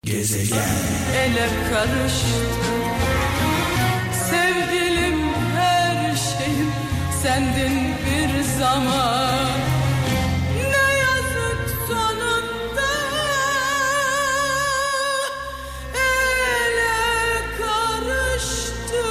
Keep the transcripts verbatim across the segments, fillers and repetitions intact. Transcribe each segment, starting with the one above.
Gezegen. Ele karıştı sevgilim, her şeyim sendin bir zaman. Ne yazık sonunda ele karıştı.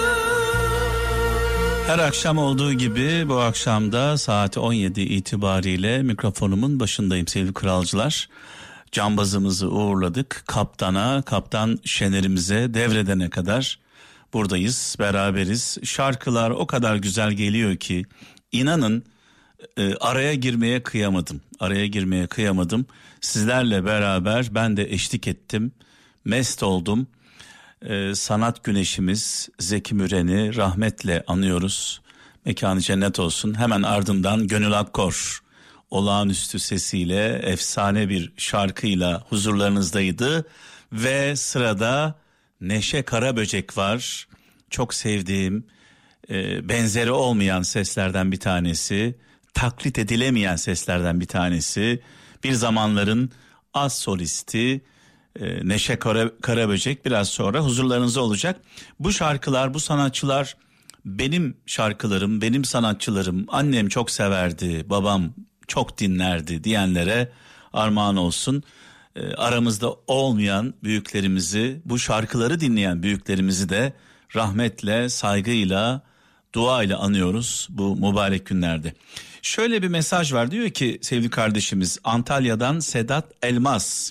Her akşam olduğu gibi bu akşam da saat on yedi itibariyle mikrofonumun başındayım sevgili kralcılar. Cambazımızı uğurladık. Kaptana, kaptan Şener'imize devredene kadar buradayız, beraberiz. Şarkılar o kadar güzel geliyor ki inanın e, araya girmeye kıyamadım. Araya girmeye kıyamadım. Sizlerle beraber ben de eşlik ettim. Mest oldum. E, sanat güneşimiz Zeki Müren'i rahmetle anıyoruz. Mekanı cennet olsun. Hemen ardından Gönül Akkor olağanüstü sesiyle, efsane bir şarkıyla huzurlarınızdaydı. Ve sırada Neşe Karaböcek var. Çok sevdiğim, e, benzeri olmayan seslerden bir tanesi, taklit edilemeyen seslerden bir tanesi. Bir zamanların az solisti e, Neşe Kara, Karaböcek biraz sonra huzurlarınızda olacak. Bu şarkılar, bu sanatçılar benim şarkılarım, benim sanatçılarım. Annem çok severdi, babam çok dinlerdi diyenlere armağan olsun. E, aramızda olmayan büyüklerimizi, bu şarkıları dinleyen büyüklerimizi de rahmetle, saygıyla, duayla anıyoruz bu mübarek günlerde. Şöyle bir mesaj var, diyor ki sevgili kardeşimiz Antalya'dan Sedat Elmas.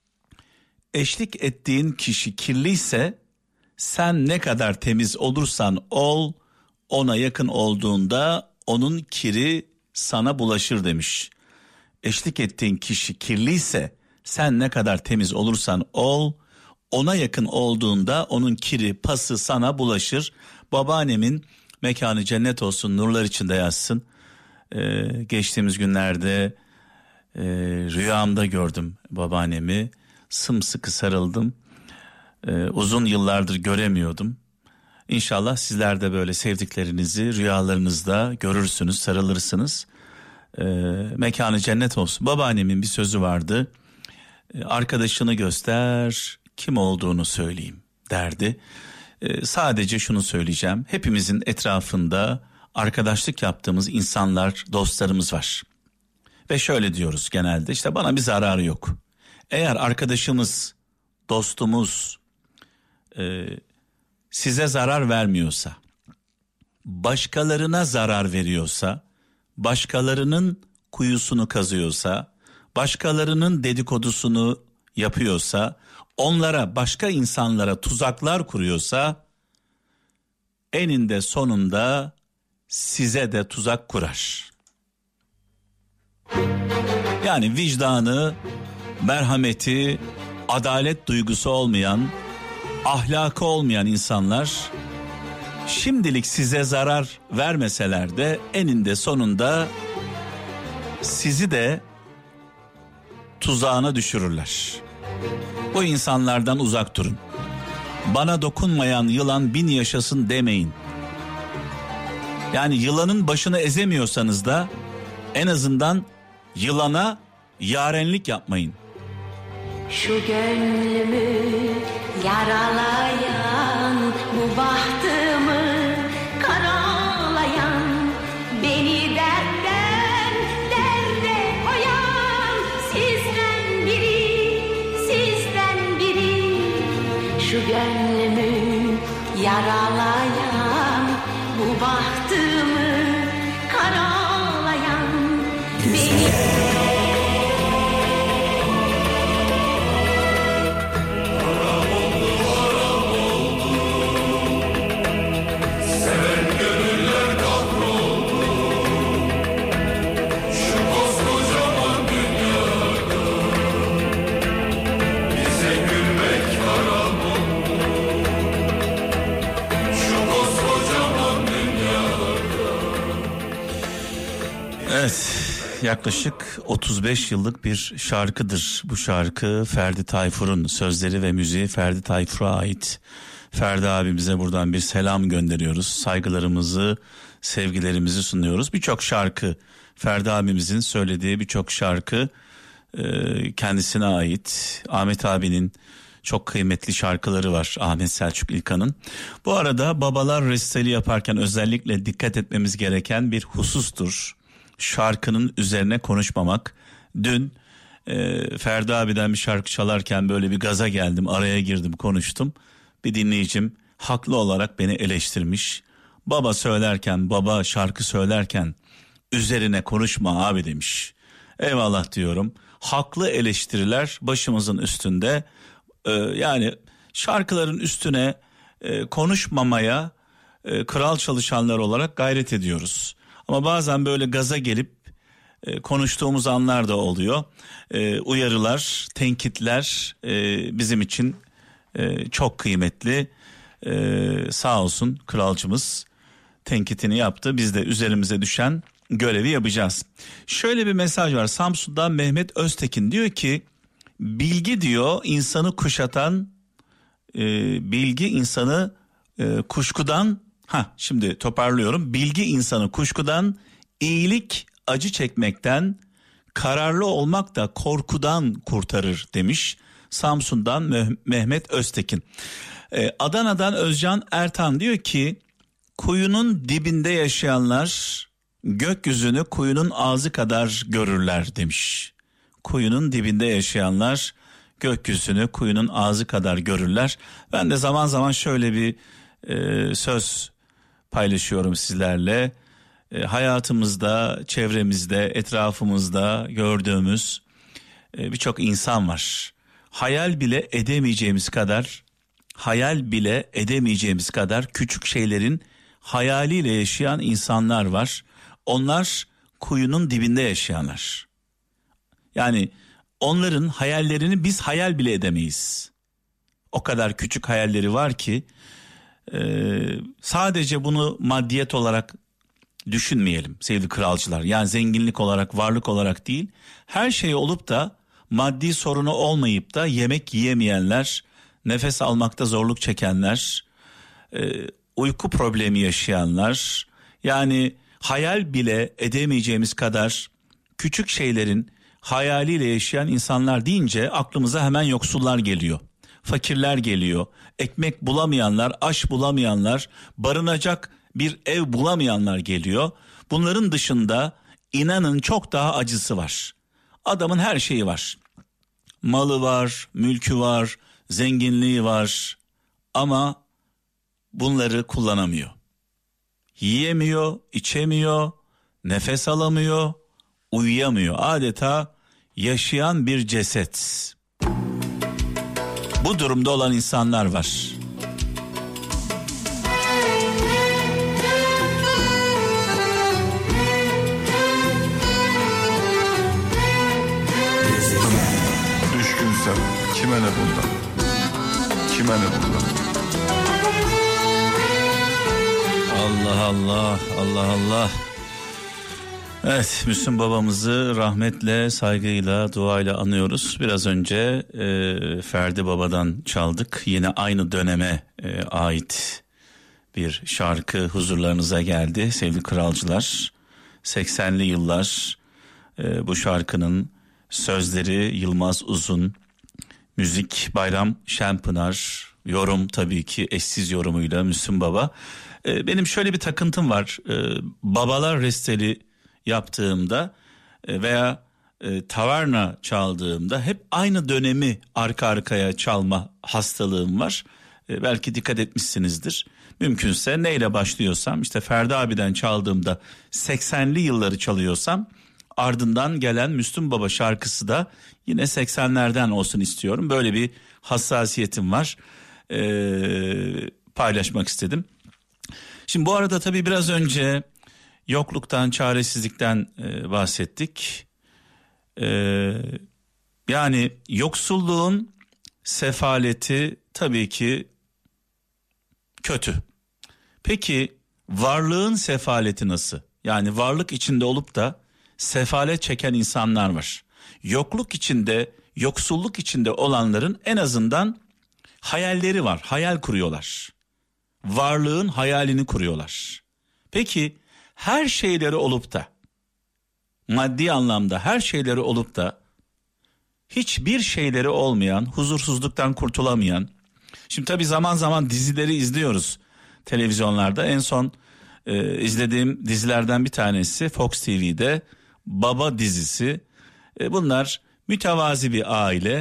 Eşlik ettiğin kişi kirliyse sen ne kadar temiz olursan ol, ona yakın olduğunda onun kiri sana bulaşır demiş. Eşlik ettiğin kişi kirliyse sen ne kadar temiz olursan ol, ona yakın olduğunda onun kiri, pası sana bulaşır. Babaannemin mekanı cennet olsun, nurlar içinde yatsın. Ee, geçtiğimiz günlerde e, rüyamda gördüm babaannemi. Sımsıkı sarıldım. Ee, uzun yıllardır göremiyordum. İnşallah sizler de böyle sevdiklerinizi rüyalarınızda görürsünüz, sarılırsınız. Ee, mekanı cennet olsun. Babaannemin bir sözü vardı. Ee, arkadaşını göster, kim olduğunu söyleyeyim derdi. Ee, sadece şunu söyleyeceğim. Hepimizin etrafında arkadaşlık yaptığımız insanlar, dostlarımız var. Ve şöyle diyoruz genelde, işte bana bir zararı yok. Eğer arkadaşımız, dostumuz e, size zarar vermiyorsa, başkalarına zarar veriyorsa, başkalarının kuyusunu kazıyorsa, başkalarının dedikodusunu yapıyorsa, onlara, başka insanlara tuzaklar kuruyorsa, eninde sonunda size de tuzak kurar. Yani vicdanı, merhameti, adalet duygusu olmayan, ahlakı olmayan insanlar şimdilik size zarar vermeseler de eninde sonunda sizi de tuzağına düşürürler. Bu insanlardan uzak durun. Bana dokunmayan yılan bin yaşasın demeyin. Yani yılanın başını ezemiyorsanız da en azından yılana yarenlik yapmayın. Şu gönlümü yaralayan, bu bahtımı karalayan, beni dertten derde koyan, sizden biri, sizden biri. Şu gönlümü yaralayan, bu bahtımı karalayan, beni... Evet, yaklaşık otuz beş yıllık bir şarkıdır. Bu şarkı Ferdi Tayfur'un, sözleri ve müziği Ferdi Tayfur'a ait. Ferdi abimize buradan bir selam gönderiyoruz. Saygılarımızı, sevgilerimizi sunuyoruz. Birçok şarkı, Ferdi abimizin söylediği birçok şarkı e, kendisine ait. Ahmet abinin Çok kıymetli şarkıları var Ahmet Selçuk İlkan'ın. Bu arada babalar resitali yaparken özellikle dikkat etmemiz gereken bir husustur. Şarkının üzerine konuşmamak. Dün e, Ferdi abiden bir şarkı çalarken böyle bir gaza geldim, araya girdim, konuştum. Bir dinleyicim haklı olarak beni eleştirmiş. Baba söylerken, baba şarkı söylerken üzerine konuşma abi demiş. Eyvallah diyorum. Haklı eleştiriler başımızın üstünde. Ee, yani şarkıların üstüne e, konuşmamaya e, kral çalışanlar olarak gayret ediyoruz. Ama bazen böyle gaza gelip e, konuştuğumuz anlar da oluyor. E, uyarılar, tenkitler e, bizim için e, çok kıymetli. E, sağ olsun kralcımız tenkitini yaptı. Biz de üzerimize düşen görevi yapacağız. Şöyle bir mesaj var. Samsun'dan Mehmet Öztekin diyor ki bilgi diyor insanı kuşatan e, bilgi insanı e, kuşkudan ha şimdi toparlıyorum. Bilgi insanı kuşkudan, iyilik acı çekmekten, kararlı olmak da korkudan kurtarır demiş. Samsun'dan Meh- Mehmet Öztekin. E, Adana'dan Özcan Ertan diyor ki kuyunun dibinde yaşayanlar gökyüzünü kuyunun ağzı kadar görürler demiş. Kuyunun dibinde yaşayanlar gökyüzünü kuyunun ağzı kadar görürler. Ben de zaman zaman şöyle bir e, söz paylaşıyorum sizlerle. E, hayatımızda, çevremizde, etrafımızda gördüğümüz e, birçok insan var. Hayal bile edemeyeceğimiz kadar, hayal bile edemeyeceğimiz kadar küçük şeylerin hayaliyle yaşayan insanlar var. Onlar kuyunun dibinde yaşayanlar. Yani onların hayallerini biz hayal bile edemeyiz. O kadar küçük hayalleri var ki e, sadece bunu maddiyet olarak düşünmeyelim sevgili kralcılar. Yani zenginlik olarak, varlık olarak değil. Her şey olup da maddi sorunu olmayıp da yemek yiyemeyenler, nefes almakta zorluk çekenler, e, uyku problemi yaşayanlar, yani hayal bile edemeyeceğimiz kadar küçük şeylerin hayaliyle yaşayan insanlar deyince aklımıza hemen yoksullar geliyor. Fakirler geliyor. Ekmek bulamayanlar, aş bulamayanlar, barınacak bir ev bulamayanlar geliyor. Bunların dışında inanın çok daha acısı var. Adamın her şeyi var. Malı var, mülkü var, zenginliği var ama bunları kullanamıyor. Yiyemiyor, içemiyor, nefes alamıyor, uyuyamıyor. Adeta yaşayan bir ceset. Bu durumda olan insanlar var. Düşkünsem kime ne bundan? Kime ne bundan? Allah Allah, Allah Allah. Evet, Müslüm babamızı rahmetle, saygıyla, duayla anıyoruz. Biraz önce e, Ferdi Baba'dan çaldık. Yine aynı döneme e, ait bir şarkı huzurlarınıza geldi sevgili kralcılar. seksenli yıllar e, bu şarkının sözleri Yılmaz Uzun, müzik Bayram Şenpınar, yorum tabii ki eşsiz yorumuyla Müslüm Baba. E, benim şöyle bir takıntım var. E, babalar resteli yaptığımda veya e, taverna çaldığımda hep aynı dönemi arka arkaya çalma hastalığım var. E, belki dikkat etmişsinizdir. Mümkünse neyle başlıyorsam, işte Ferdi abiden çaldığımda seksenli yılları çalıyorsam ardından gelen Müslüm Baba şarkısı da yine seksenlerden olsun istiyorum. Böyle bir hassasiyetim var. E, paylaşmak istedim. Şimdi bu arada tabii biraz önce yokluktan, çaresizlikten e, bahsettik. E, yani yoksulluğun sefaleti tabii ki kötü. Peki varlığın sefaleti nasıl? Yani varlık içinde olup da sefalet çeken insanlar var. Yokluk içinde, yoksulluk içinde olanların en azından hayalleri var. Hayal kuruyorlar. Varlığın hayalini kuruyorlar. Peki her şeyleri olup da, maddi anlamda her şeyleri olup da hiçbir şeyleri olmayan, huzursuzluktan kurtulamayan. Şimdi tabii zaman zaman dizileri izliyoruz televizyonlarda. En son e, izlediğim dizilerden bir tanesi Fox T V'de Baba dizisi. E, bunlar mütevazi bir aile.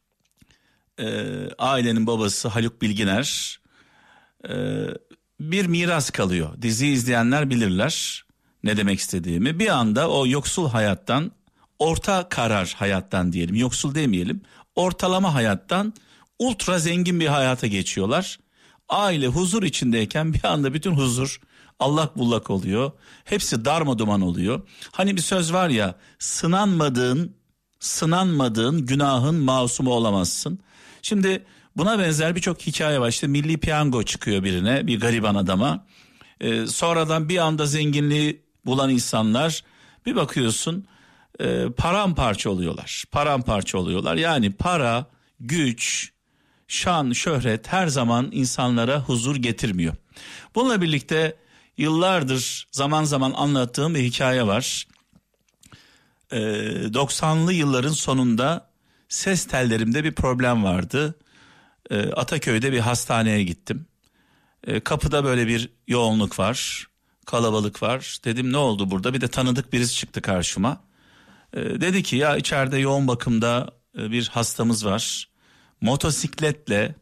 E, ailenin babası Haluk Bilginer. E, bir miras kalıyor. Diziyi izleyenler bilirler ne demek istediğimi. Bir anda o yoksul hayattan, orta karar hayattan diyelim, yoksul demeyelim, ortalama hayattan ultra zengin bir hayata geçiyorlar. Aile huzur içindeyken bir anda bütün huzur allak bullak oluyor. Hepsi darmaduman oluyor. Hani bir söz var ya, sınanmadığın, sınanmadığın günahın masumu olamazsın. Şimdi buna benzer birçok hikaye var. İşte milli piyango çıkıyor birine, bir gariban adama. Ee, sonradan bir anda zenginliği bulan insanlar bir bakıyorsun e, paramparça oluyorlar. Paramparça oluyorlar. Yani para, güç, şan, şöhret her zaman insanlara huzur getirmiyor. Bununla birlikte yıllardır zaman zaman anlattığım bir hikaye var. Ee, doksanlı yılların sonunda ses tellerimde bir problem vardı. Ee, Ataköy'de bir hastaneye gittim. Ee, kapıda böyle bir yoğunluk var, kalabalık var. Dedim ne oldu burada? Bir de tanıdık birisi çıktı karşıma. Ee, dedi ki ya içeride yoğun bakımda e, bir hastamız var. Motosikletle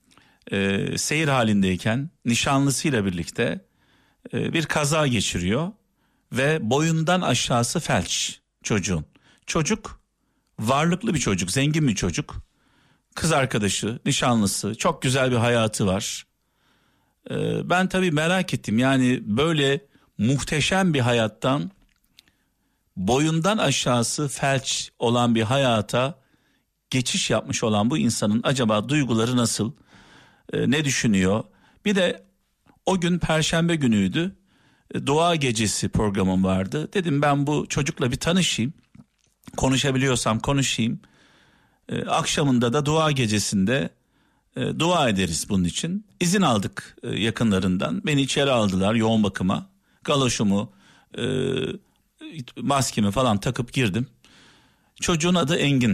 e, seyir halindeyken nişanlısıyla birlikte e, bir kaza geçiriyor ve boyundan aşağısı felç çocuğun. Çocuk varlıklı bir çocuk, zengin bir çocuk. Kız arkadaşı, nişanlısı, çok güzel bir hayatı var. E, ben tabii merak ettim, yani böyle muhteşem bir hayattan boyundan aşağısı felç olan bir hayata geçiş yapmış olan bu insanın acaba duyguları nasıl, e, ne düşünüyor? Bir de o gün Perşembe günüydü, e, Dua Gecesi programım vardı. Dedim ben bu çocukla bir tanışayım, konuşabiliyorsam konuşayım. E, akşamında da Dua Gecesi'nde e, dua ederiz bunun için. İzin aldık e, yakınlarından, beni içeri aldılar yoğun bakıma. Galoşumu, e, maskemi falan takıp girdim. Çocuğun adı Engin.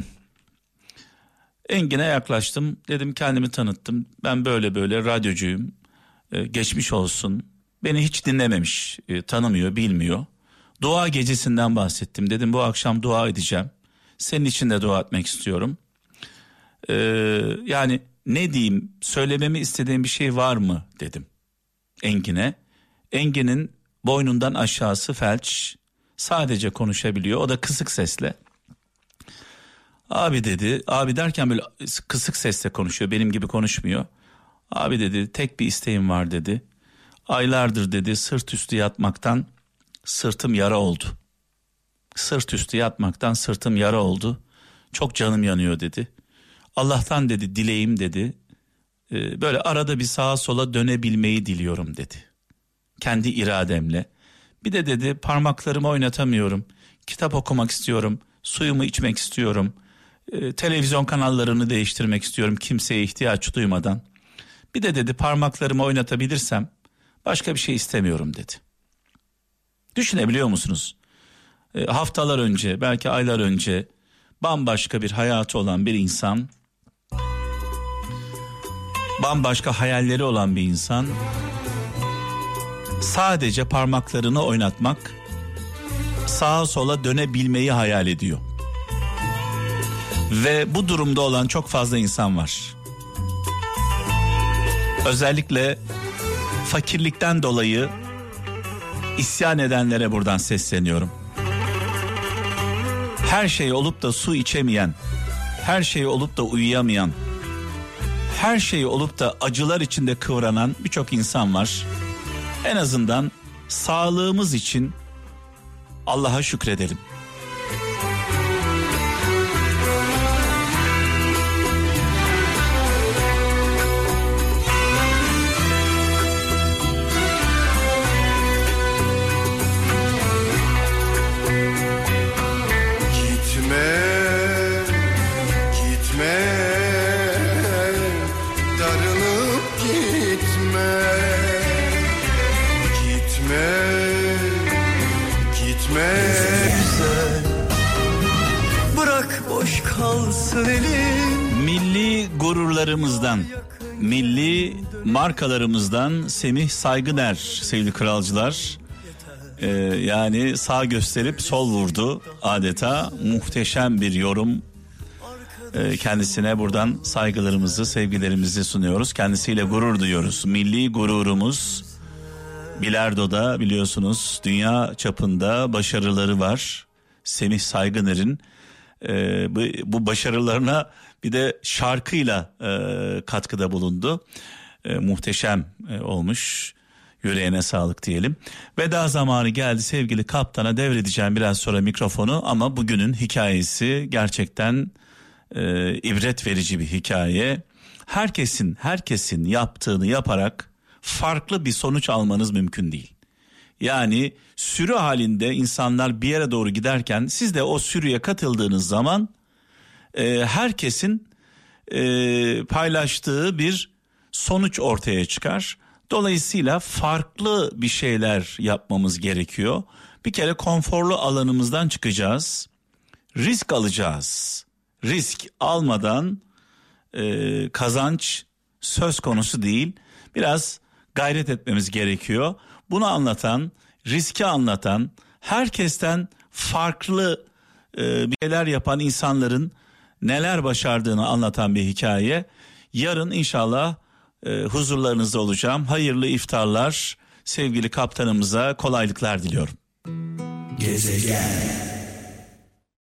Engin'e yaklaştım, dedim kendimi tanıttım. Ben böyle böyle radyocuyum, ee, geçmiş olsun. Beni hiç dinlememiş, e, tanımıyor, bilmiyor. Dua gecesinden bahsettim, dedim bu akşam dua edeceğim. Senin için de dua etmek istiyorum. Ee, yani ne diyeyim, söylememi istediğin bir şey var mı dedim Engin'e. Engin'in boynundan aşağısı felç, sadece konuşabiliyor, o da kısık sesle. Abi dedi, abi derken böyle kısık sesle konuşuyor, benim gibi konuşmuyor. Abi dedi, tek bir isteğim var dedi. Aylardır dedi sırt üstü yatmaktan sırtım yara oldu. Sırt üstü yatmaktan sırtım yara oldu. Çok canım yanıyor dedi. Allah'tan dedi dileğim dedi. E, böyle arada bir sağa sola dönebilmeyi diliyorum dedi. Kendi irademle. Bir de dedi parmaklarımı oynatamıyorum. Kitap okumak istiyorum. Suyumu içmek istiyorum. E, televizyon kanallarını değiştirmek istiyorum kimseye ihtiyaç duymadan. Bir de dedi parmaklarımı oynatabilirsem başka bir şey istemiyorum dedi. Düşünebiliyor musunuz? E, haftalar önce, belki aylar önce bambaşka bir hayatı olan bir insan, bambaşka hayalleri olan bir insan sadece parmaklarını oynatmak, sağa sola dönebilmeyi hayal ediyor. Ve bu durumda olan çok fazla insan var. Özellikle fakirlikten dolayı isyan edenlere buradan sesleniyorum. Her şey olup da su içemeyen, her şey olup da uyuyamayan, her şey olup da acılar içinde kıvranan birçok insan var. En azından sağlığımız için Allah'a şükredelim. markalarımızdan, milli markalarımızdan Semih Saygıner sevgili kralcılar. Ee, yani sağ gösterip sol vurdu adeta, muhteşem bir yorum. Ee, kendisine buradan saygılarımızı, sevgilerimizi sunuyoruz. Kendisiyle gurur duyuyoruz. Milli gururumuz. Bilardo'da biliyorsunuz dünya çapında başarıları var Semih Saygıner'in. Ee, bu, bu başarılarına bir de şarkıyla e, katkıda bulundu. E, muhteşem e, olmuş. Yüreğine sağlık diyelim. Veda zamanı geldi, sevgili kaptana devredeceğim biraz sonra mikrofonu, ama bugünün hikayesi gerçekten e, ibret verici bir hikaye. Herkesin herkesin yaptığını yaparak farklı bir sonuç almanız mümkün değil. Yani sürü halinde insanlar bir yere doğru giderken siz de o sürüye katıldığınız zaman e, herkesin e, paylaştığı bir sonuç ortaya çıkar. Dolayısıyla farklı bir şeyler yapmamız gerekiyor. Bir kere konforlu alanımızdan çıkacağız. Risk alacağız. Risk almadan e, kazanç söz konusu değil. Biraz gayret etmemiz gerekiyor. Bunu anlatan, riski anlatan, herkesten farklı e, bir şeyler yapan insanların neler başardığını anlatan bir hikaye. Yarın inşallah e, huzurlarınızda olacağım. Hayırlı iftarlar. Sevgili kaptanımıza kolaylıklar diliyorum. Gezegen.